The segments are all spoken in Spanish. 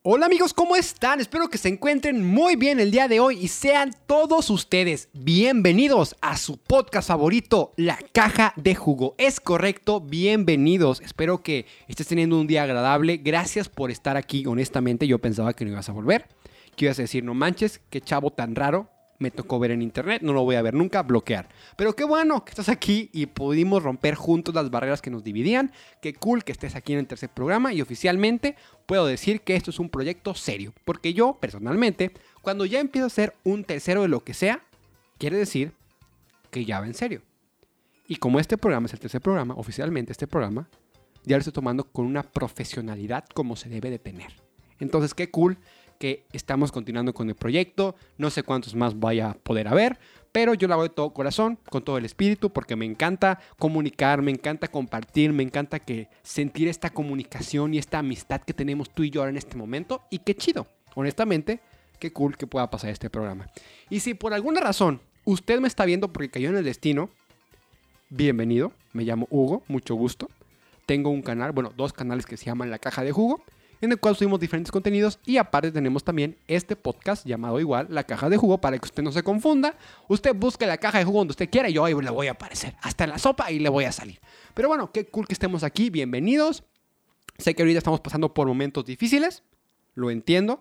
Hola amigos, ¿cómo están? Espero que se encuentren muy bien el día de hoy y sean todos ustedes bienvenidos a su podcast favorito, La Caja de Jugo. Es correcto, bienvenidos. Espero que estés teniendo un día agradable. Gracias por estar aquí. Honestamente, yo pensaba que no ibas a volver. Que ibas a decir, no manches, qué chavo tan raro. Me tocó ver en internet, no lo voy a ver nunca, bloquear. Pero qué bueno que estás aquí y pudimos romper juntos las barreras que nos dividían. Qué cool que estés aquí en el tercer programa y oficialmente puedo decir que esto es un proyecto serio. Porque yo, personalmente, cuando ya empiezo a ser un tercero de lo que sea, quiere decir que ya va en serio. Y como este programa es el tercer programa, oficialmente este programa, ya lo estoy tomando con una profesionalidad como se debe de tener. Entonces, qué cool que estamos continuando con el proyecto. No sé cuántos más vaya a poder haber, pero yo lo hago de todo corazón, con todo el espíritu, porque me encanta comunicar, me encanta compartir, me encanta que sentir esta comunicación y esta amistad que tenemos tú y yo ahora en este momento. Y qué chido, honestamente, qué cool que pueda pasar este programa. Y si por alguna razón usted me está viendo porque cayó en el destino, bienvenido, me llamo Hugo, mucho gusto. Tengo un canal, bueno, dos canales que se llaman La Caja de Jugo, en el cual subimos diferentes contenidos y aparte tenemos también este podcast llamado igual La Caja de Jugo para que usted no se confunda. Usted busque La Caja de Jugo donde usted quiera y yo ahí le voy a aparecer. Hasta en la sopa y le voy a salir. Pero bueno, qué cool que estemos aquí. Bienvenidos. Sé que ahorita estamos pasando por momentos difíciles. Lo entiendo.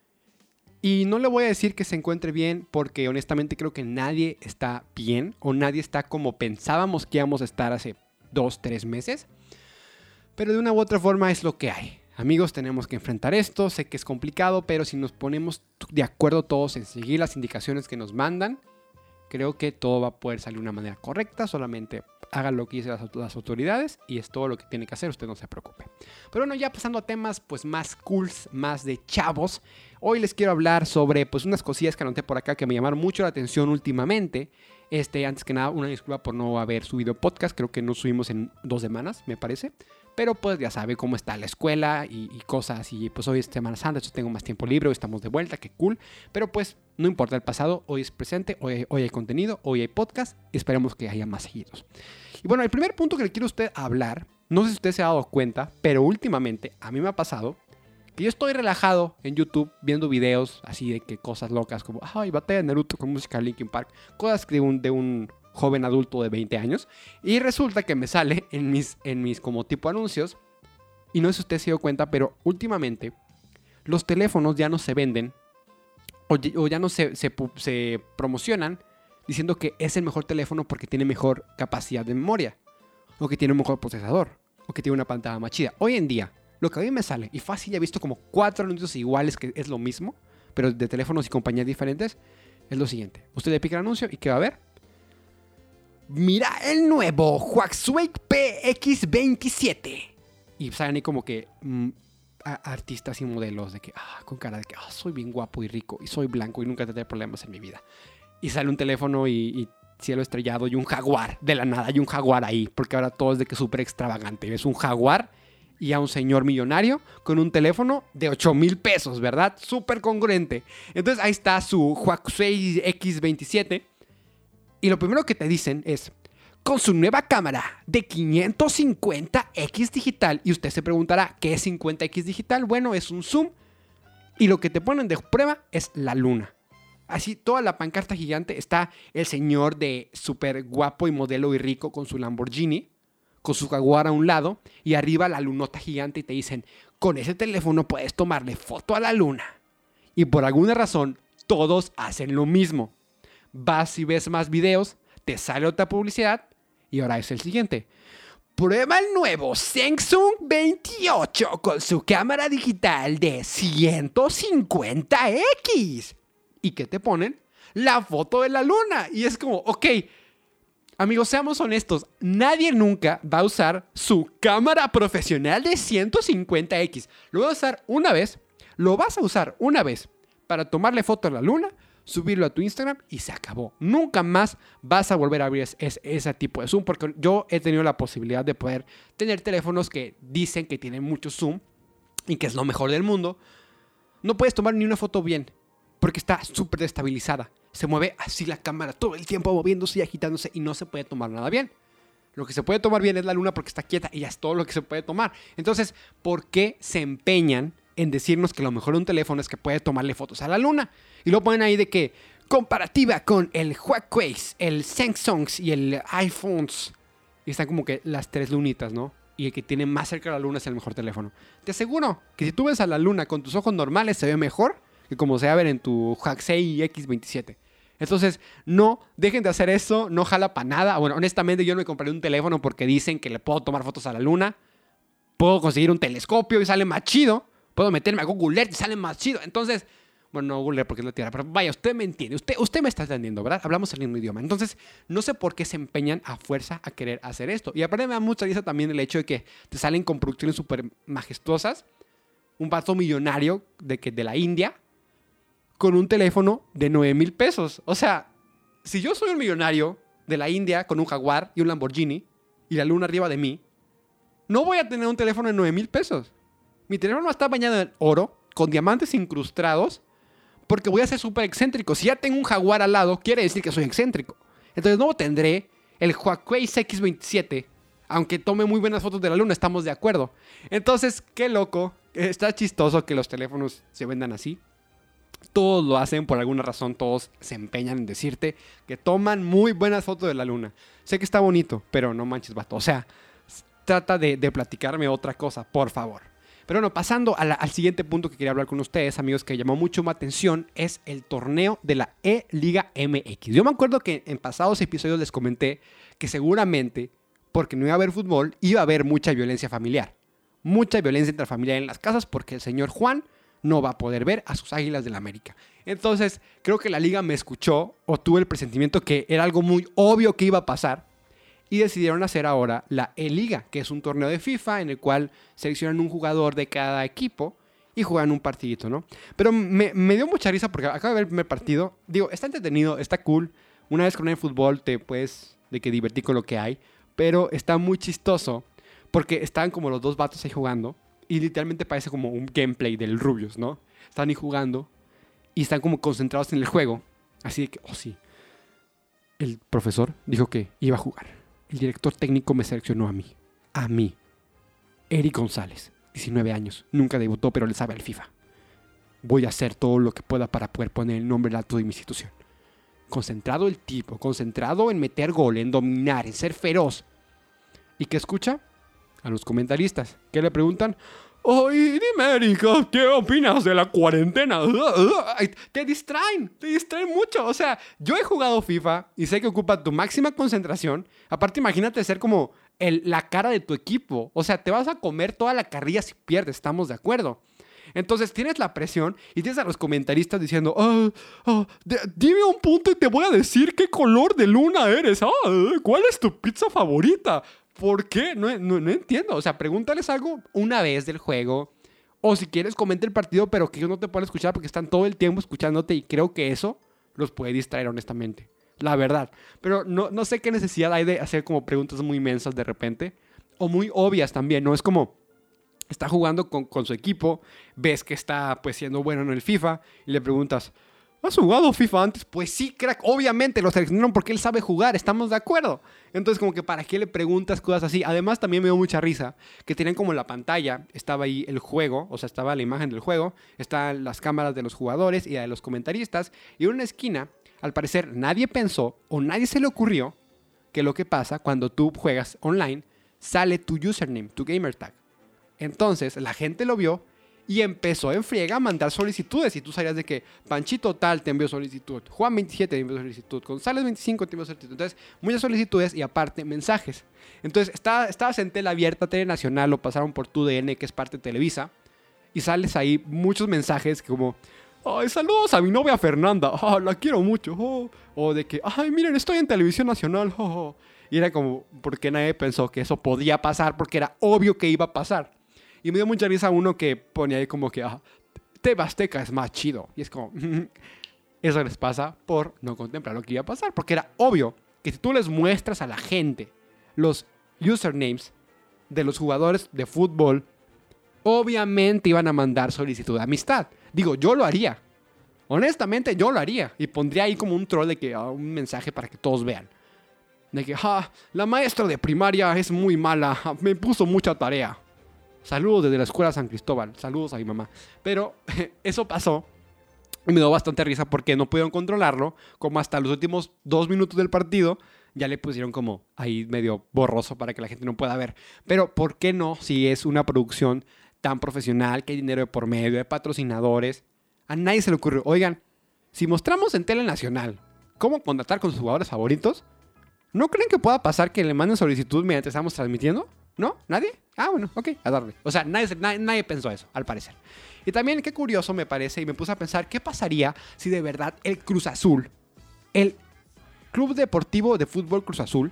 Y no le voy a decir que se encuentre bien porque honestamente creo que nadie está bien o nadie está como pensábamos que íbamos a estar hace 2-3 meses. Pero de una u otra forma es lo que hay. Amigos, tenemos que enfrentar esto, sé que es complicado, pero si nos ponemos de acuerdo todos en seguir las indicaciones que nos mandan, creo que todo va a poder salir de una manera correcta, solamente haga lo que dicen las autoridades y es todo lo que tiene que hacer, usted no se preocupe. Pero bueno, ya pasando a temas pues más cools, más de chavos, hoy les quiero hablar sobre pues unas cosillas que anoté por acá que me llamaron mucho la atención últimamente. Antes que nada, una disculpa por no haber subido podcast, creo que no subimos en 2 semanas, me parece. Pero pues ya sabe cómo está la escuela y cosas. Y pues hoy es Semana Santa, entonces tengo más tiempo libre, hoy estamos de vuelta, qué cool. Pero pues no importa el pasado, hoy es presente, hoy hay contenido, hoy hay podcast y esperemos que haya más seguidos. Y bueno, el primer punto que le quiero a usted hablar, no sé si usted se ha dado cuenta, pero últimamente a mí me ha pasado que yo estoy relajado en YouTube viendo videos así de que cosas locas como ay, batalla de Naruto con música de Linkin Park, cosas de un joven adulto de 20 años y resulta que me sale en mis como tipo anuncios y no sé si usted se dio cuenta, pero últimamente los teléfonos ya no se venden o ya no se promocionan diciendo que es el mejor teléfono porque tiene mejor capacidad de memoria o que tiene un mejor procesador o que tiene una pantalla más chida. Hoy en día lo que a mí me sale, y fácil ya he visto como 4 anuncios iguales que es lo mismo, pero de teléfonos y compañías diferentes, es lo siguiente. Usted le pica el anuncio y ¿qué va a ver? Mira el nuevo Huawei PX27. Y salen ahí como que artistas y modelos de que con cara de que soy bien guapo y rico y soy blanco y nunca tendré problemas en mi vida. Y sale un teléfono y cielo estrellado y un jaguar de la nada. Hay un jaguar ahí porque ahora todo es de que súper extravagante. Es un jaguar y a un señor millonario con un teléfono de 8,000 pesos, ¿verdad? Súper congruente. Entonces ahí está su Huawei X27. Y lo primero que te dicen es, con su nueva cámara de 550x digital. Y usted se preguntará, ¿qué es 50x digital? Bueno, es un zoom. Y lo que te ponen de prueba es la luna. Así, toda la pancarta gigante está el señor de súper guapo y modelo y rico con su Lamborghini, con su jaguar a un lado, y arriba la lunota gigante y te dicen, con ese teléfono puedes tomarle foto a la luna. Y por alguna razón, todos hacen lo mismo. Vas y ves más videos, te sale otra publicidad y ahora es el siguiente. Prueba el nuevo Samsung 28 con su cámara digital de 150x. ¿Y qué te ponen? La foto de la luna. Y es como, ok, amigos, seamos honestos. Nadie nunca va a usar su cámara profesional de 150x. Lo vas a usar una vez, lo vas a usar una vez para tomarle foto a la luna, subirlo a tu Instagram y se acabó. Nunca más vas a volver a abrir ese tipo de zoom porque yo he tenido la posibilidad de poder tener teléfonos que dicen que tienen mucho zoom y que es lo mejor del mundo. No puedes tomar ni una foto bien porque está súper destabilizada. Se mueve así la cámara todo el tiempo moviéndose y agitándose y no se puede tomar nada bien. Lo que se puede tomar bien es la luna porque está quieta y ya es todo lo que se puede tomar. Entonces, ¿por qué se empeñan en decirnos que lo mejor de un teléfono es que puede tomarle fotos a la luna. Y lo ponen ahí de que comparativa con el Huawei, el Samsung y el iPhones. Y están como que las 3 lunitas, ¿no? Y el que tiene más cerca de la luna es el mejor teléfono. Te aseguro que si tú ves a la luna con tus ojos normales se ve mejor que como se va a ver en tu Huawei X27. Entonces, no dejen de hacer eso, no jala para nada. Bueno, honestamente yo no me compré un teléfono porque dicen que le puedo tomar fotos a la luna. Puedo conseguir un telescopio y sale más chido. Puedo meterme a Google Earth y sale más chido. Entonces, bueno, no Google Earth porque es la Tierra, pero vaya, usted me entiende. Usted me está entendiendo, ¿verdad? Hablamos el mismo idioma. Entonces, no sé por qué se empeñan a fuerza a querer hacer esto. Y aparte me da mucha risa también el hecho de que te salen con producciones súper majestuosas. Un vato millonario de la India con un teléfono de 9,000 pesos. O sea, si yo soy un millonario de la India con un Jaguar y un Lamborghini y la luna arriba de mí, no voy a tener un teléfono de 9,000 pesos. Mi teléfono está bañado en oro, con diamantes incrustados, porque voy a ser súper excéntrico. Si ya tengo un Jaguar al lado, quiere decir que soy excéntrico. Entonces no tendré el Huawei X27, aunque tome muy buenas fotos de la luna, estamos de acuerdo. Entonces, qué loco, está chistoso que los teléfonos se vendan así. Todos lo hacen por alguna razón, todos se empeñan en decirte que toman muy buenas fotos de la luna. Sé que está bonito, pero no manches, vato. O sea, trata de platicarme otra cosa, por favor. Pero bueno, pasando al siguiente punto que quería hablar con ustedes, amigos, que llamó mucho mi atención, es el torneo de la E-Liga MX. Yo me acuerdo que en pasados episodios les comenté que seguramente, porque no iba a haber fútbol, iba a haber mucha violencia familiar. Mucha violencia intrafamiliar en las casas porque el señor Juan no va a poder ver a sus Águilas del América. Entonces, creo que la liga me escuchó o tuve el presentimiento que era algo muy obvio que iba a pasar y decidieron hacer ahora la E-Liga, que es un torneo de FIFA en el cual seleccionan un jugador de cada equipo y juegan un partidito, ¿no? Pero me dio mucha risa porque acabo de ver el primer partido. Digo, está entretenido, está cool. Una vez con el fútbol te puedes divertir con lo que hay, pero está muy chistoso porque están como los dos vatos ahí jugando. Y literalmente parece como un gameplay del Rubius, ¿no? Están ahí jugando y están como concentrados en el juego. Así de que, oh sí, el profesor dijo que iba a jugar. El director técnico me seleccionó a mí. Eric González, 19 años, nunca debutó pero le sabe al FIFA. Voy a hacer todo lo que pueda para poder poner el nombre alto de mi institución. Concentrado el tipo, concentrado en meter gol, en dominar, en ser feroz. ¿Y qué escucha? A los comentaristas, que le preguntan, oye, dime, Erika, ¿qué opinas de la cuarentena? Te distraen mucho. O sea, yo he jugado FIFA y sé que ocupa tu máxima concentración. Aparte, imagínate ser como la cara de tu equipo. O sea, te vas a comer toda la carrilla si pierdes, estamos de acuerdo. Entonces tienes la presión y tienes a los comentaristas diciendo, dime un punto y te voy a decir qué color de luna eres. ¿Cuál es tu pizza favorita? ¿Por qué? No entiendo. O sea, pregúntales algo una vez del juego. O si quieres, comenta el partido, pero que ellos no te puedan escuchar porque están todo el tiempo escuchándote. Y creo que eso los puede distraer, honestamente. La verdad. Pero no sé qué necesidad hay de hacer como preguntas muy inmensas de repente. O muy obvias también. No es como está jugando con su equipo. Ves que está pues siendo bueno en el FIFA. Y le preguntas, ¿has jugado FIFA antes? Pues sí, crack. Obviamente lo seleccionaron porque él sabe jugar. Estamos de acuerdo. Entonces, como que ¿para qué le preguntas cosas así? Además, también me dio mucha risa que tenían como en la pantalla, estaba ahí el juego, o sea, estaba la imagen del juego, estaban las cámaras de los jugadores y de los comentaristas, y en una esquina, al parecer, nadie pensó o nadie se le ocurrió que lo que pasa cuando tú juegas online, sale tu username, tu gamer tag. Entonces, la gente lo vio y empezó en friega a mandar solicitudes. Y tú sabías de que Panchito tal te envió solicitud, Juan 27 te envió solicitud, González 25 te envió solicitud. Entonces, muchas solicitudes y aparte mensajes. Entonces, estabas en tela abierta, Tele Nacional, lo pasaron por TUDN, que es parte de Televisa. Y sales ahí muchos mensajes como, ay, saludos a mi novia Fernanda, la quiero mucho. O de que, ay, miren, estoy en Televisión Nacional. Y era como, porque nadie pensó que eso podía pasar, porque era obvio que iba a pasar. Y me dio mucha risa uno que ponía ahí como que TV Azteca es más chido. Y es como, eso les pasa por no contemplar lo que iba a pasar. Porque era obvio que si tú les muestras a la gente los usernames de los jugadores de fútbol, obviamente iban a mandar solicitud de amistad. Digo, yo lo haría. Honestamente, yo lo haría. Y pondría ahí como un troll de que un mensaje para que todos vean. De que, la maestra de primaria es muy mala. Me puso mucha tarea. Saludos desde la escuela San Cristóbal. Saludos a mi mamá. Pero eso pasó y me dio bastante risa porque no pudieron controlarlo. Como hasta los últimos 2 minutos del partido ya le pusieron como ahí medio borroso para que la gente no pueda ver. Pero ¿por qué no? Si es una producción tan profesional, que hay dinero de por medio, de patrocinadores. A nadie se le ocurrió, oigan, si mostramos en tele nacional cómo contratar con sus jugadores favoritos, ¿no creen que pueda pasar que le manden solicitud mientras estamos transmitiendo? ¿No? ¿Nadie? Ah, bueno, ok, a darle. O sea, nadie pensó eso, al parecer. Y también, qué curioso me parece, y me puse a pensar, ¿qué pasaría si de verdad el Cruz Azul, el Club Deportivo de Fútbol Cruz Azul,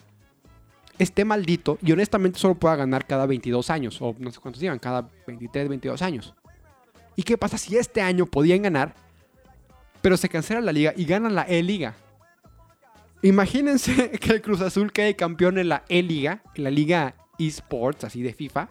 esté maldito y honestamente solo pueda ganar cada 22 años, o no sé cuántos llevan, cada 23, 22 años? ¿Y qué pasa si este año podían ganar, pero se cancela la liga y ganan la E-Liga? Imagínense que el Cruz Azul quede campeón en la E-Liga, en la Liga eSports, así de FIFA,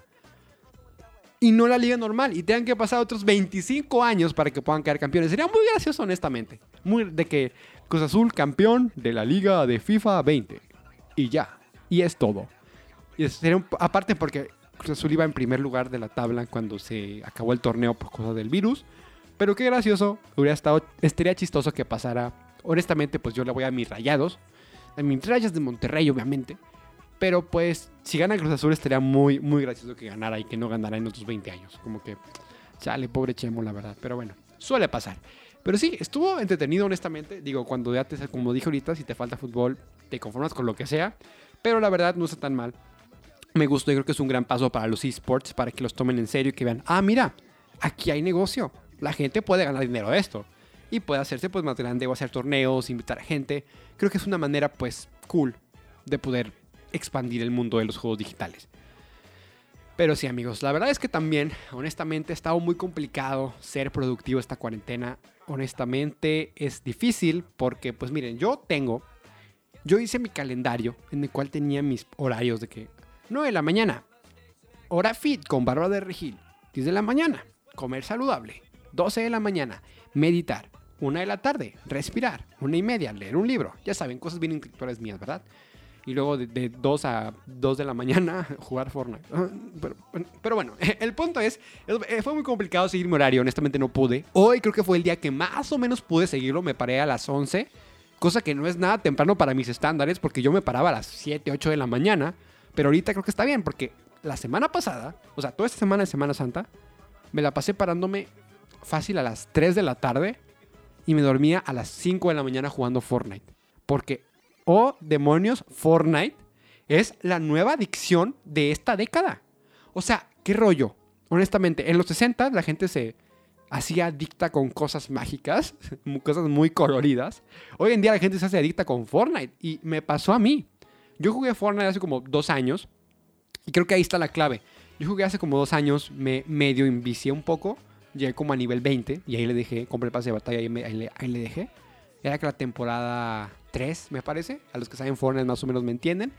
y no la liga normal, y tengan que pasar otros 25 años para que puedan quedar campeones. Sería muy gracioso, honestamente. Muy de que Cruz Azul campeón de la Liga de FIFA 20. Y ya. Y es todo. Y sería aparte porque Cruz Azul iba en primer lugar de la tabla cuando se acabó el torneo por causa del virus. Pero qué gracioso. Estaría chistoso que pasara. Honestamente, pues yo le voy a mis Rayados. A mis Rayas de Monterrey, obviamente. Pero pues, si gana Cruz Azul estaría muy, muy gracioso que ganara y que no ganara en otros 20 años. Como que, chale, pobre Chemo, la verdad. Pero bueno, suele pasar. Pero sí, estuvo entretenido, honestamente. Digo, cuando ya como dije ahorita, si te falta fútbol, te conformas con lo que sea. Pero la verdad no está tan mal. Me gustó y creo que es un gran paso para los esports, para que los tomen en serio y que vean, ah, mira, aquí hay negocio. La gente puede ganar dinero de esto. Y puede hacerse pues más grande o hacer torneos, invitar a gente. Creo que es una manera pues cool de poder expandir el mundo de los juegos digitales. Pero sí, amigos, la verdad es que también, honestamente, ha estado muy complicado ser productivo esta cuarentena. Honestamente, es difícil porque, pues miren, yo hice mi calendario en el cual tenía mis horarios de que 9 de la mañana, hora fit con barba de regil, 10 de la mañana, comer saludable, 12 de la mañana, meditar, 1 de la tarde, respirar, 1:30, leer un libro. Ya saben, cosas bien intelectuales mías, ¿verdad? Y luego de 2 a 2 de la mañana jugar Fortnite. Pero bueno, el punto es, fue muy complicado seguir mi horario, honestamente no pude. Hoy creo que fue el día que más o menos pude seguirlo, me paré a las 11, cosa que no es nada temprano para mis estándares, porque yo me paraba a las 7, 8 de la mañana, pero ahorita creo que está bien, porque la semana pasada, o sea, toda esta semana de Semana Santa, me la pasé parándome fácil a las 3 de la tarde y me dormía a las 5 de la mañana jugando Fortnite, porque oh, demonios, Fortnite es la nueva adicción de esta década. O sea, ¿qué rollo? Honestamente, en los 60 la gente se hacía adicta con cosas mágicas, cosas muy coloridas. Hoy en día la gente se hace adicta con Fortnite y me pasó a mí. Yo jugué Fortnite hace como 2 años y creo que ahí está la clave. Yo jugué hace como 2 años, me medio envicié un poco, llegué como a nivel 20 y ahí le dejé, compré el pase de batalla y ahí le dejé. Era que la temporada 3, me parece. A los que saben Fortnite más o menos me entienden.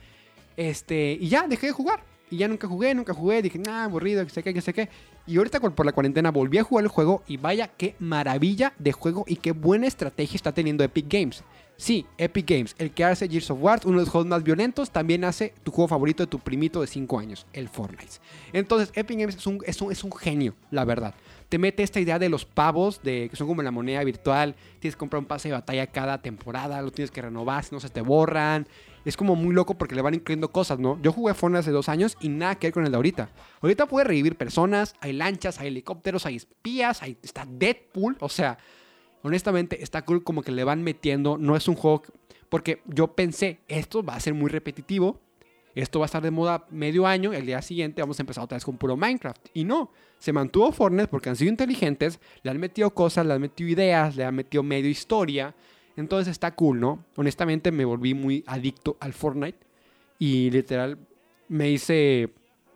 Y ya dejé de jugar. Y ya nunca jugué. Dije, aburrido, que sé qué. Y ahorita por la cuarentena volví a jugar el juego. Y vaya, qué maravilla de juego y qué buena estrategia está teniendo Epic Games. Sí, Epic Games, el que hace Gears of War, uno de los juegos más violentos, también hace tu juego favorito de tu primito de 5 años, el Fortnite. Entonces, Epic Games es un genio, la verdad. Te mete esta idea de los pavos, que son como la moneda virtual. Tienes que comprar un pase de batalla cada temporada, lo tienes que renovar, si no se te borran. Es como muy loco porque le van incluyendo cosas, ¿no? Yo jugué Fortnite hace 2 años y nada que ver con el de ahorita. Ahorita puedes revivir personas, hay lanchas, hay helicópteros, hay espías, está Deadpool, o sea... Honestamente, está cool como que le van metiendo. No es un juego... Porque yo pensé, esto va a ser muy repetitivo. Esto va a estar de moda medio año. El día siguiente vamos a empezar otra vez con puro Minecraft. Y no, se mantuvo Fortnite porque han sido inteligentes. Le han metido cosas, le han metido ideas, le han metido medio historia. Entonces está cool, ¿no? Honestamente me volví muy adicto al Fortnite. Y literal me hice...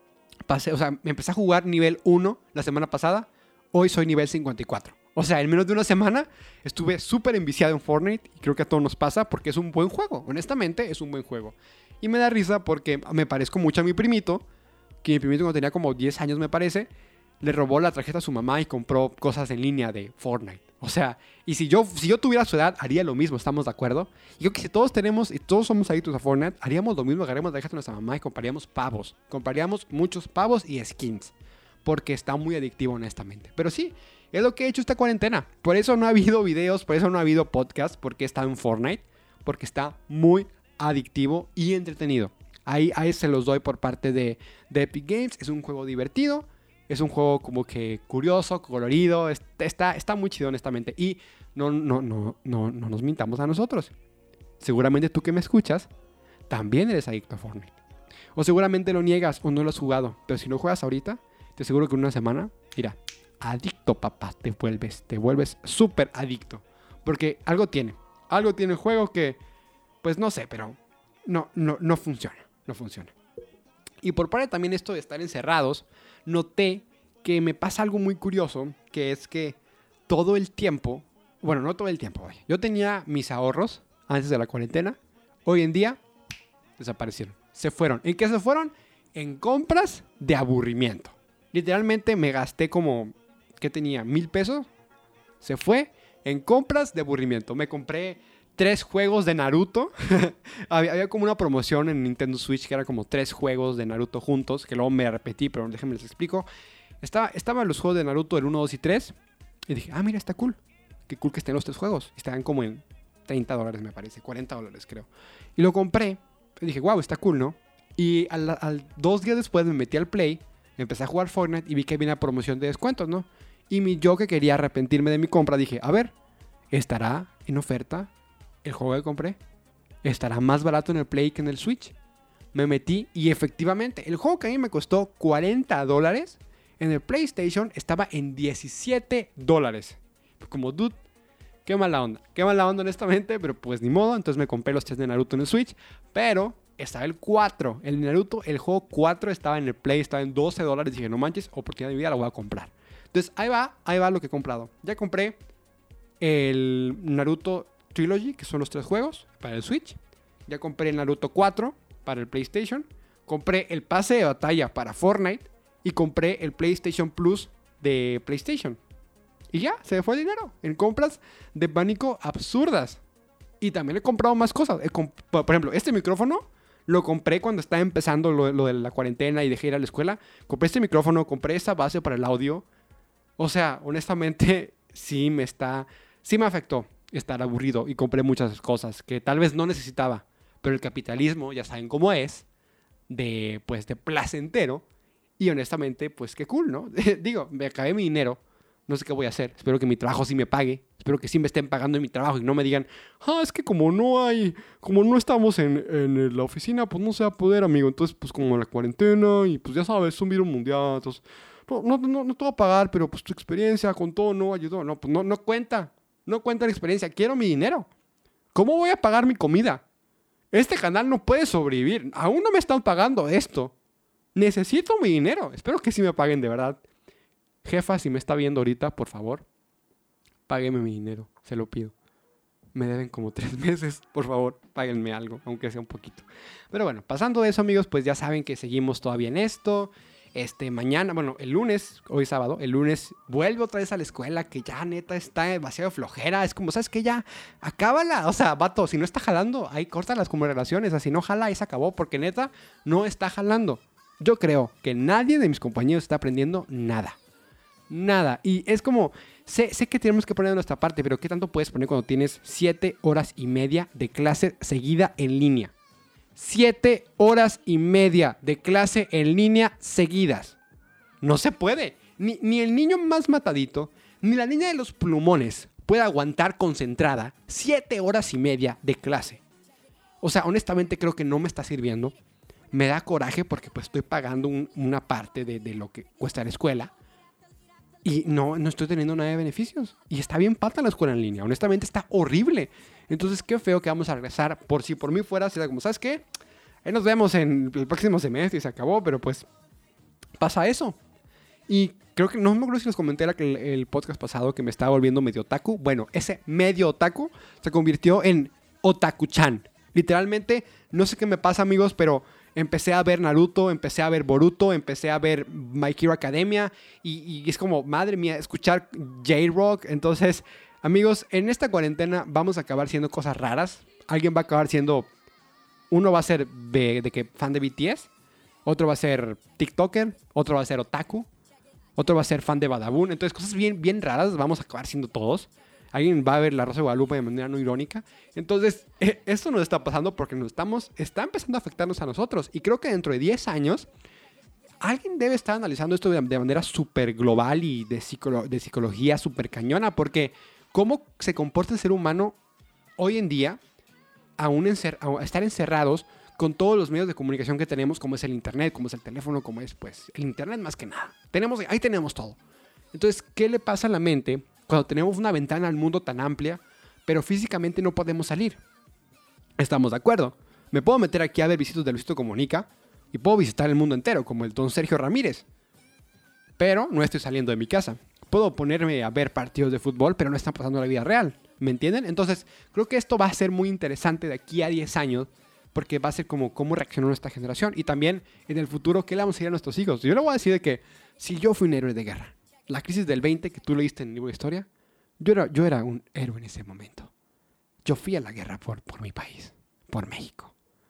me empecé a jugar nivel 1 la semana pasada. Hoy soy nivel 54. O sea, en menos de una semana estuve súper enviciado en Fortnite y creo que a todos nos pasa porque es un buen juego. Honestamente, es un buen juego. Y me da risa porque me parezco mucho a mi primito, que mi primito cuando tenía como 10 años me parece, le robó la tarjeta a su mamá y compró cosas en línea de Fortnite. O sea, y si yo tuviera su edad, haría lo mismo, ¿estamos de acuerdo? Y creo que si todos tenemos y todos somos adictos a Fortnite, haríamos lo mismo, agarremos la hija de nuestra mamá y compraríamos pavos. Compraríamos muchos pavos y skins. Porque está muy adictivo, honestamente. Pero sí, es lo que he hecho esta cuarentena. Por eso no ha habido videos, por eso no ha habido podcast, porque he estado en Fortnite. Porque está muy adictivo y entretenido. Ahí se los doy por parte de Epic Games. Es un juego divertido. Es un juego como que curioso, colorido. Está muy chido, honestamente. Y no nos mintamos a nosotros. Seguramente tú que me escuchas, también eres adicto a Fortnite. O seguramente lo niegas o no lo has jugado. Pero si no juegas ahorita, te aseguro que en una semana, mira, adicto, papá, te vuelves súper adicto. Porque algo tiene el juego que, pues no sé, pero no funciona. No funciona. Y por parte también esto de estar encerrados, noté que me pasa algo muy curioso, que es que todo el tiempo, bueno, no todo el tiempo, yo tenía mis ahorros antes de la cuarentena, hoy en día desaparecieron, se fueron. ¿En qué se fueron? En compras de aburrimiento. Literalmente me gasté como, ¿qué tenía? $1,000. Se fue en compras de aburrimiento. Me compré 3 juegos de Naruto. había como una promoción en Nintendo Switch que era como 3 juegos de Naruto juntos, que luego me repetí, pero déjenme les explico. Estaban los juegos de Naruto, el 1, 2 y 3. Y dije, mira, está cool. Qué cool que estén los 3 juegos. Estaban como en $30, me parece. $40, creo. Y lo compré. Y dije, wow, está cool, ¿no? Y al 2 días después me metí al Play, empecé a jugar Fortnite y vi que había una promoción de descuentos, ¿no? Y yo que quería arrepentirme de mi compra, dije, a ver, ¿estará en oferta el juego que compré? ¿Estará más barato en el Play que en el Switch? Me metí y efectivamente, el juego que a mí me costó $40, en el PlayStation estaba en $17. Como, dude, qué mala onda honestamente, pero pues ni modo. Entonces me compré los 3 de Naruto en el Switch, pero estaba el 4, el Naruto, el juego 4 estaba en el Play, estaba en $12. Dije, no manches, oportunidad de vida, la voy a comprar. Entonces ahí va lo que he comprado. Ya compré el Naruto Trilogy, que son los 3 juegos para el Switch. Ya compré el Naruto 4 para el PlayStation. Compré el pase de batalla para Fortnite. Y compré el PlayStation Plus de PlayStation. Y ya, se me fue el dinero en compras de pánico absurdas. Y también he comprado más cosas. Por ejemplo, este micrófono lo compré cuando estaba empezando lo de la cuarentena y dejé ir a la escuela. Compré este micrófono, compré esa base para el audio. O sea, honestamente, sí me afectó estar aburrido. Y compré muchas cosas que tal vez no necesitaba. Pero el capitalismo, ya saben cómo es, de placentero. Y honestamente, pues qué cool, ¿no? Digo, me acabé mi dinero. No sé qué voy a hacer. Espero que mi trabajo sí me pague. Espero que sí me estén pagando en mi trabajo y no me digan, es que como no estamos en la oficina, pues no se va a poder, amigo. Entonces, pues como la cuarentena y pues ya sabes, es un virus mundial. Entonces, no te voy a pagar, pero pues tu experiencia con todo no ayudó. No, pues no cuenta. No cuenta la experiencia. Quiero mi dinero. ¿Cómo voy a pagar mi comida? Este canal no puede sobrevivir. Aún no me están pagando esto. Necesito mi dinero. Espero que sí me paguen de verdad. Jefa, si me está viendo ahorita, por favor, págueme mi dinero. Se lo pido. Me deben como 3 meses. Por favor, páguenme algo, aunque sea un poquito. Pero bueno, pasando de eso, amigos, pues ya saben que seguimos todavía en esto. Mañana, bueno, el lunes, hoy sábado, el lunes vuelvo otra vez a la escuela, que ya neta está demasiado flojera. Es como, ¿sabes qué? Ya, acábala. O sea, vato, si no está jalando, ahí córtalas como relaciones. Así no jala, ahí se acabó, porque neta no está jalando. Yo creo que nadie de mis compañeros está aprendiendo nada. Nada. Y es como, sé que tenemos que poner de nuestra parte, pero ¿qué tanto puedes poner cuando tienes 7 horas y media de clase seguida en línea? 7 horas y media de clase en línea seguidas. No se puede. Ni el niño más matadito, ni la niña de los plumones puede aguantar concentrada 7 horas y media de clase. O sea, honestamente creo que no me está sirviendo. Me da coraje porque pues estoy pagando una parte de lo que cuesta la escuela. Y no estoy teniendo nada de beneficios. Y está bien pata la escuela en línea. Honestamente está horrible. Entonces qué feo que vamos a regresar. Por si por mí fuera, será como, ¿sabes qué? Ahí nos vemos en el próximo semestre y se acabó. Pero pues pasa eso. Y creo que, no me acuerdo si les comenté el podcast pasado que me estaba volviendo medio otaku. Bueno, ese medio otaku se convirtió en otaku-chan. Literalmente, no sé qué me pasa, amigos, pero empecé a ver Naruto, empecé a ver Boruto, empecé a ver My Hero Academia y es como, madre mía, escuchar J-Rock. Entonces, Amigos, en esta cuarentena vamos a acabar siendo cosas raras. Alguien va a acabar siendo... Uno va a ser de que fan de BTS. Otro va a ser TikToker. Otro va a ser otaku. Otro va a ser fan de Badabun. Entonces, cosas bien, bien raras vamos a acabar siendo todos. Alguien va a ver La Rosa de Guadalupe de manera no irónica. Entonces, esto nos está pasando porque está empezando a afectarnos a nosotros. Y creo que dentro de 10 años, alguien debe estar analizando esto de manera súper global y de psicología súper cañona. Porque cómo se comporta el ser humano hoy en día, a estar encerrados con todos los medios de comunicación que tenemos, como es el internet, como es el teléfono, como es pues el internet más que nada. Ahí tenemos todo. Entonces, ¿qué le pasa a la mente cuando tenemos una ventana al mundo tan amplia, pero físicamente no podemos salir? Estamos de acuerdo. Me puedo meter aquí a ver visitos de Luisito Comunica y puedo visitar el mundo entero, como el don Sergio Ramírez. Pero no estoy saliendo de mi casa. Puedo ponerme a ver partidos de fútbol, pero no están pasando en la vida real. ¿Me entienden? Entonces, creo que esto va a ser muy interesante de aquí a 10 años, porque va a ser como cómo reaccionó nuestra generación. Y también en el futuro, ¿qué le vamos a decir a nuestros hijos? Yo le voy a decir de que si yo fui un héroe de guerra, la crisis del 20 que tú leíste en el libro de historia, yo era un héroe en ese momento. Yo fui a la guerra por mi país, por México.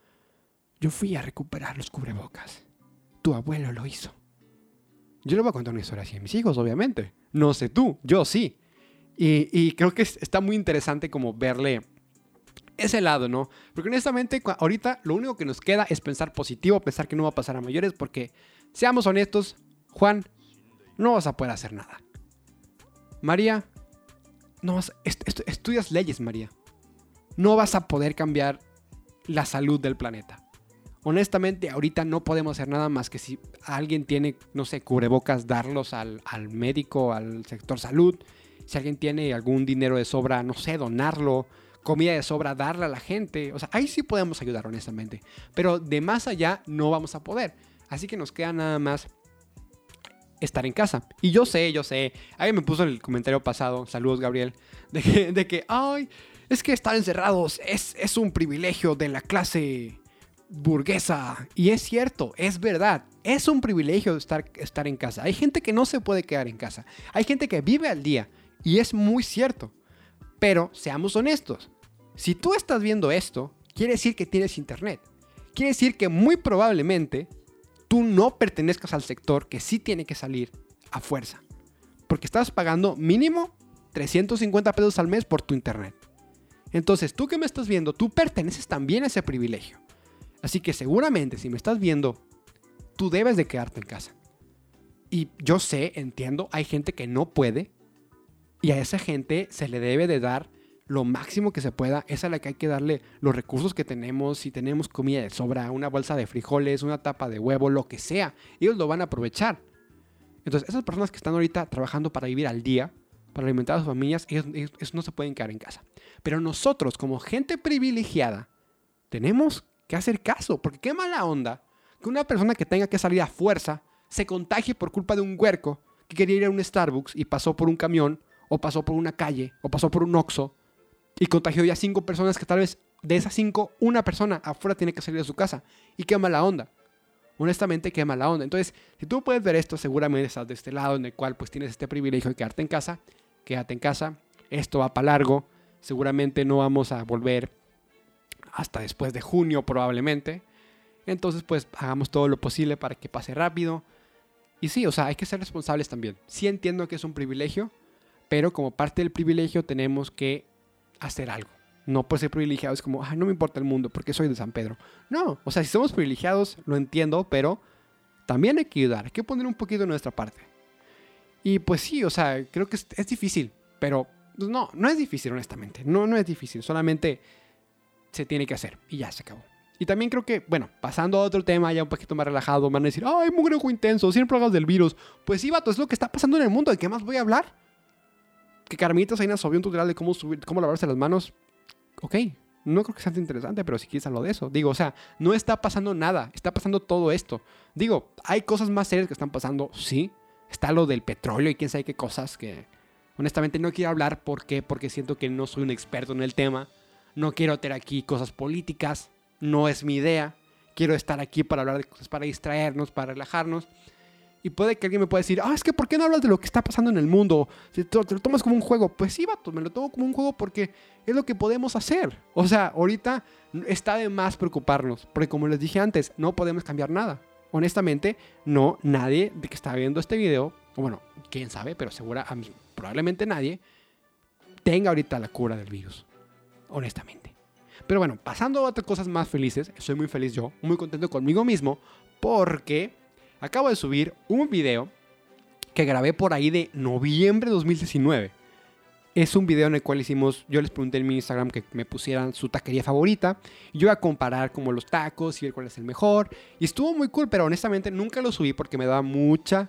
Yo fui a recuperar los cubrebocas. Tu abuelo lo hizo. Yo le voy a contar una historia así a mis hijos, obviamente. No sé tú, yo sí. Y creo que está muy interesante como verle ese lado, ¿no? Porque honestamente, ahorita lo único que nos queda es pensar positivo, pensar que no va a pasar a mayores, porque, seamos honestos, Juan, no vas a poder hacer nada. María, no estudias leyes, María. No vas a poder cambiar la salud del planeta. Honestamente, ahorita no podemos hacer nada más que si alguien tiene, no sé, cubrebocas, darlos al médico, al sector salud. Si alguien tiene algún dinero de sobra, no sé, donarlo. Comida de sobra, darle a la gente. O sea, ahí sí podemos ayudar, honestamente. Pero de más allá no vamos a poder. Así que nos queda nada más estar en casa. Y yo sé. Alguien me puso en el comentario pasado, saludos Gabriel, de que ay, es que estar encerrados es un privilegio de la clase burguesa. Y es cierto, es verdad. Es un privilegio estar en casa. Hay gente que no se puede quedar en casa. Hay gente que vive al día. Y es muy cierto. Pero seamos honestos. Si tú estás viendo esto, quiere decir que tienes internet. Quiere decir que muy probablemente tú no pertenezcas al sector que sí tiene que salir a fuerza. Porque estás pagando mínimo 350 pesos al mes por tu internet. Entonces, tú que me estás viendo, tú perteneces también a ese privilegio. Así que seguramente si me estás viendo, tú debes de quedarte en casa. Y yo sé, entiendo, hay gente que no puede. Y a esa gente se le debe de dar lo máximo que se pueda. Es a la que hay que darle los recursos que tenemos. Si tenemos comida de sobra, una bolsa de frijoles, una tapa de huevo, lo que sea, ellos lo van a aprovechar. Entonces, esas personas que están ahorita trabajando para vivir al día, para alimentar a sus familias, ellos no se pueden quedar en casa. Pero nosotros, como gente privilegiada, tenemos que hacer caso. Porque qué mala onda que una persona que tenga que salir a fuerza se contagie por culpa de un huerco que quería ir a un Starbucks y pasó por un camión, o pasó por una calle, o pasó por un Oxxo, y contagió ya 5 personas que tal vez de esas 5, una persona afuera tiene que salir de su casa. Y qué mala onda. Honestamente, qué mala onda. Entonces, si tú puedes ver esto, seguramente estás de este lado en el cual pues tienes este privilegio de quedarte en casa. Quédate en casa. Esto va para largo. Seguramente no vamos a volver hasta después de junio probablemente. Entonces, pues hagamos todo lo posible para que pase rápido. Y sí, o sea, hay que ser responsables también. Sí entiendo que es un privilegio, pero como parte del privilegio tenemos que hacer algo. No por ser privilegiados como, no me importa el mundo porque soy de San Pedro. No, o sea, si somos privilegiados, lo entiendo, pero también hay que ayudar, hay que poner un poquito de nuestra parte. Y pues sí, o sea, creo que es difícil, pero no es difícil, honestamente. No es difícil, solamente se tiene que hacer y ya se acabó. Y también creo que, bueno, pasando a otro tema ya un poquito más relajado, van a decir, ay, mugrejo intenso, siempre hablas del virus. Pues sí, vato, es lo que está pasando en el mundo, ¿de qué más voy a hablar? Que Carmita Salinas subió un tutorial de cómo lavarse las manos. Ok, no creo que sea tan interesante, pero si quieres hablar de eso. Digo, o sea, no está pasando nada, está pasando todo esto. Digo, hay cosas más serias que están pasando, sí. Está lo del petróleo y quién sabe qué cosas que honestamente no quiero hablar. ¿Por qué? Porque siento que no soy un experto en el tema. No quiero tener aquí cosas políticas, no es mi idea. Quiero estar aquí para hablar de cosas, para distraernos, para relajarnos. Y puede que alguien me pueda decir, es que ¿por qué no hablas de lo que está pasando en el mundo? Si te lo tomas como un juego. Pues sí, vato, me lo tomo como un juego porque es lo que podemos hacer. O sea, ahorita está de más preocuparnos, porque como les dije antes, no podemos cambiar nada. Honestamente, no, nadie de que está viendo este video, o bueno, quién sabe, pero probablemente nadie tenga ahorita la cura del virus. Honestamente. Pero bueno, pasando a otras cosas más felices, soy muy feliz yo, muy contento conmigo mismo, porque acabo de subir un video que grabé por ahí de noviembre de 2019. Es un video en el cual yo les pregunté en mi Instagram que me pusieran su taquería favorita. Yo iba a comparar como los tacos y ver cuál es el mejor. Y estuvo muy cool, pero honestamente nunca lo subí porque me daba mucha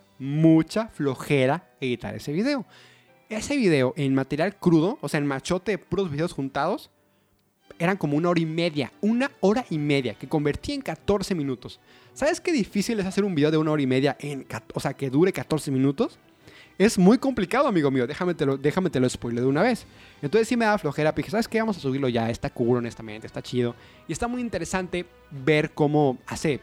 flojera editar ese video. Ese video en material crudo, o sea, en machote de puros videos juntados, eran como 1 hora y media. 1 hora y media, que convertí en 14 minutos. ¿Sabes qué difícil es hacer un video de 1 hora y media que dure 14 minutos? Es muy complicado, amigo mío. Déjame te lo spoiler de una vez. Entonces sí me daba flojera. Pero dije, ¿sabes qué? Vamos a subirlo ya. Está cool, honestamente. Está chido. Y está muy interesante ver cómo hace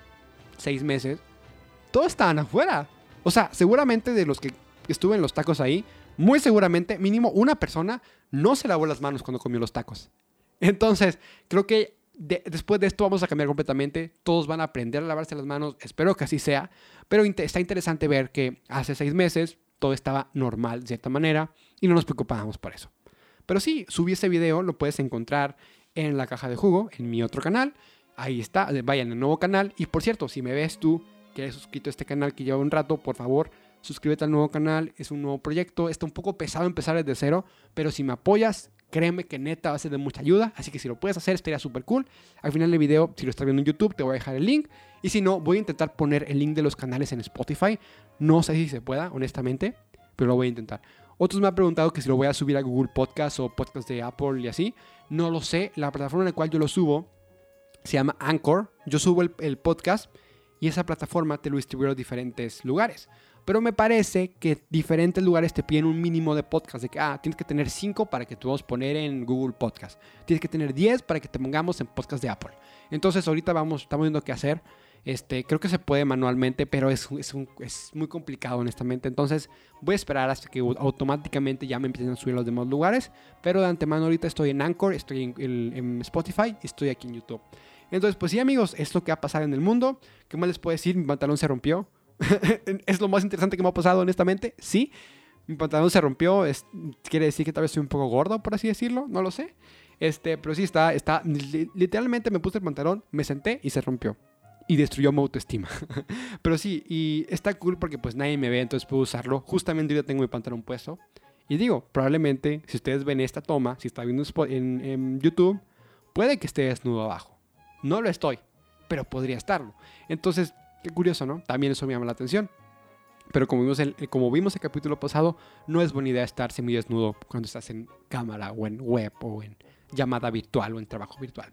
6 meses todos estaban afuera. O sea, seguramente de los que estuve en los tacos ahí, muy seguramente, mínimo una persona no se lavó las manos cuando comió los tacos. Entonces, creo que después de esto vamos a cambiar completamente. Todos van a aprender a lavarse las manos. Espero que así sea. Pero está interesante ver que hace 6 meses todo estaba normal de cierta manera y no nos preocupábamos por eso. Pero sí, subí ese video, lo puedes encontrar en la caja de jugo, en mi otro canal. Ahí está, vayan al nuevo canal. Y por cierto, si me ves tú que eres suscrito a este canal que lleva un rato, por favor, suscríbete al nuevo canal. Es un nuevo proyecto. Está un poco pesado empezar desde cero, pero si me apoyas, créeme que neta va a ser de mucha ayuda. Así que si lo puedes hacer, estaría súper cool. Al final del video, si lo estás viendo en YouTube, te voy a dejar el link. Y si no, voy a intentar poner el link de los canales en Spotify. No sé si se pueda, honestamente, pero lo voy a intentar. Otros me han preguntado que si lo voy a subir a Google Podcast o Podcast de Apple y así. No lo sé. La plataforma en la cual yo lo subo se llama Anchor. Yo subo el podcast y esa plataforma te lo distribuye a diferentes lugares. Pero me parece que diferentes lugares te piden un mínimo de podcast. De que, tienes que tener 5 para que te vamos a poner en Google Podcast. Tienes que tener 10 para que te pongamos en podcast de Apple. Entonces ahorita estamos viendo qué hacer. Creo que se puede manualmente, pero es muy complicado, honestamente. Entonces voy a esperar hasta que automáticamente ya me empiecen a subir a los demás lugares. Pero de antemano ahorita estoy en Anchor, estoy en Spotify y estoy aquí en YouTube. Entonces, pues sí, amigos, es lo que ha pasado en el mundo. ¿Qué más les puedo decir? Mi pantalón se rompió. Es lo más interesante que me ha pasado, honestamente. Sí, mi pantalón se rompió. Quiere decir que tal vez soy un poco gordo, por así decirlo. No lo sé. Pero sí, literalmente me puse el pantalón, me senté y se rompió. Y destruyó mi autoestima. Pero sí, y está cool porque pues nadie me ve, entonces puedo usarlo. Justamente yo tengo mi pantalón puesto. Y digo, probablemente, si ustedes ven esta toma, si está viendo en YouTube, puede que esté desnudo abajo. No lo estoy, pero podría estarlo. Entonces, qué curioso, ¿no? También eso me llama la atención. Pero como vimos el capítulo pasado, no es buena idea estar semidesnudo cuando estás en cámara o en web o en llamada virtual o en trabajo virtual.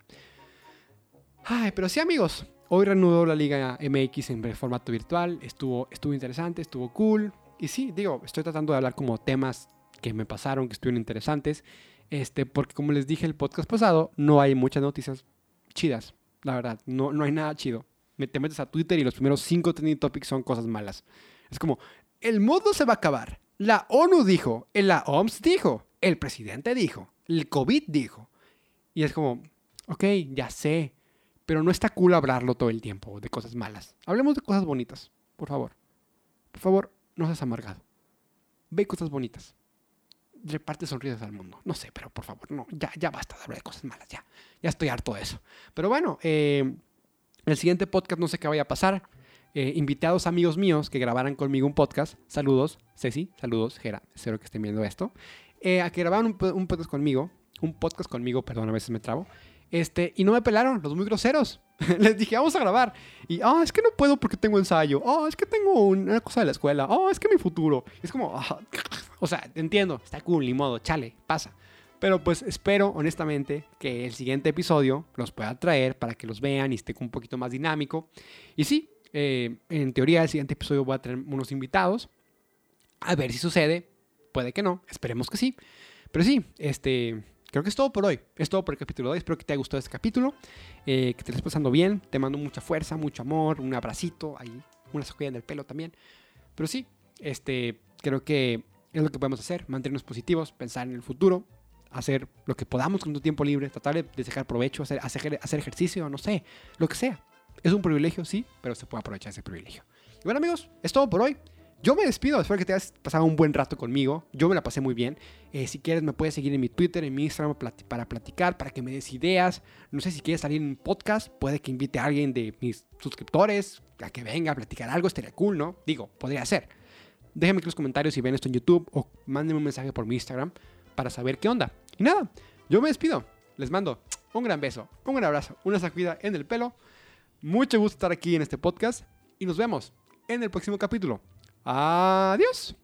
Pero sí, amigos, hoy reanudó la Liga MX en formato virtual. Estuvo interesante, estuvo cool. Y sí, digo, estoy tratando de hablar como temas que me pasaron, que estuvieron interesantes. Porque como les dije el podcast pasado, no hay muchas noticias chidas. La verdad, no hay nada chido. Te metes a Twitter y los primeros 5 trending topics son cosas malas. Es como, el mundo se va a acabar. La ONU dijo, la OMS dijo, el presidente dijo, el COVID dijo. Y es como, ok, ya sé, pero no está cool hablarlo todo el tiempo de cosas malas. Hablemos de cosas bonitas, por favor. Por favor, no seas amargado. Ve cosas bonitas. Reparte sonrisas al mundo. No sé, pero por favor, no, ya basta de hablar de cosas malas, ya estoy harto de eso. Pero bueno, el siguiente podcast no sé qué vaya a pasar. Invitados amigos míos que grabaran conmigo un podcast. Saludos, Ceci, saludos, Jera, espero que estén viendo esto. A que grabaran un podcast conmigo. Perdón, a veces me trabo. Y no me pelaron, los muy groseros. Les dije, vamos a grabar. Y, es que no puedo porque tengo ensayo. Es que tengo una cosa de la escuela. Es que mi futuro. Es como, o sea, entiendo, está cool, ni modo, chale, pasa. Pero pues espero, honestamente, que el siguiente episodio los pueda traer para que los vean y esté un poquito más dinámico. Y sí, en teoría el siguiente episodio voy a tener unos invitados. A ver si sucede. Puede que no, esperemos que sí. Pero sí, creo que es todo por hoy. Es todo por el capítulo de hoy. Espero que te haya gustado este capítulo. Que te estés pasando bien. Te mando mucha fuerza, mucho amor, un abracito ahí, una sacudida en el pelo también. Pero sí, creo que es lo que podemos hacer, mantenernos positivos, pensar en el futuro, hacer lo que podamos con tu tiempo libre, tratar de sacar provecho, hacer ejercicio, no sé, lo que sea. Es un privilegio, sí, pero se puede aprovechar ese privilegio. Y bueno, amigos, es todo por hoy. Yo me despido, espero que te hayas pasado un buen rato conmigo. Yo me la pasé muy bien. Si quieres me puedes seguir en mi Twitter, en mi Instagram para platicar, para que me des ideas. No sé si quieres salir en un podcast, puede que invite a alguien de mis suscriptores a que venga a platicar algo, estaría cool, ¿no? Digo, podría ser. Déjenme aquí en los comentarios si ven esto en YouTube o mándenme un mensaje por mi Instagram para saber qué onda. Y nada, yo me despido. Les mando un gran beso, un gran abrazo, una sacudida en el pelo. Mucho gusto estar aquí en este podcast y nos vemos en el próximo capítulo. Adiós.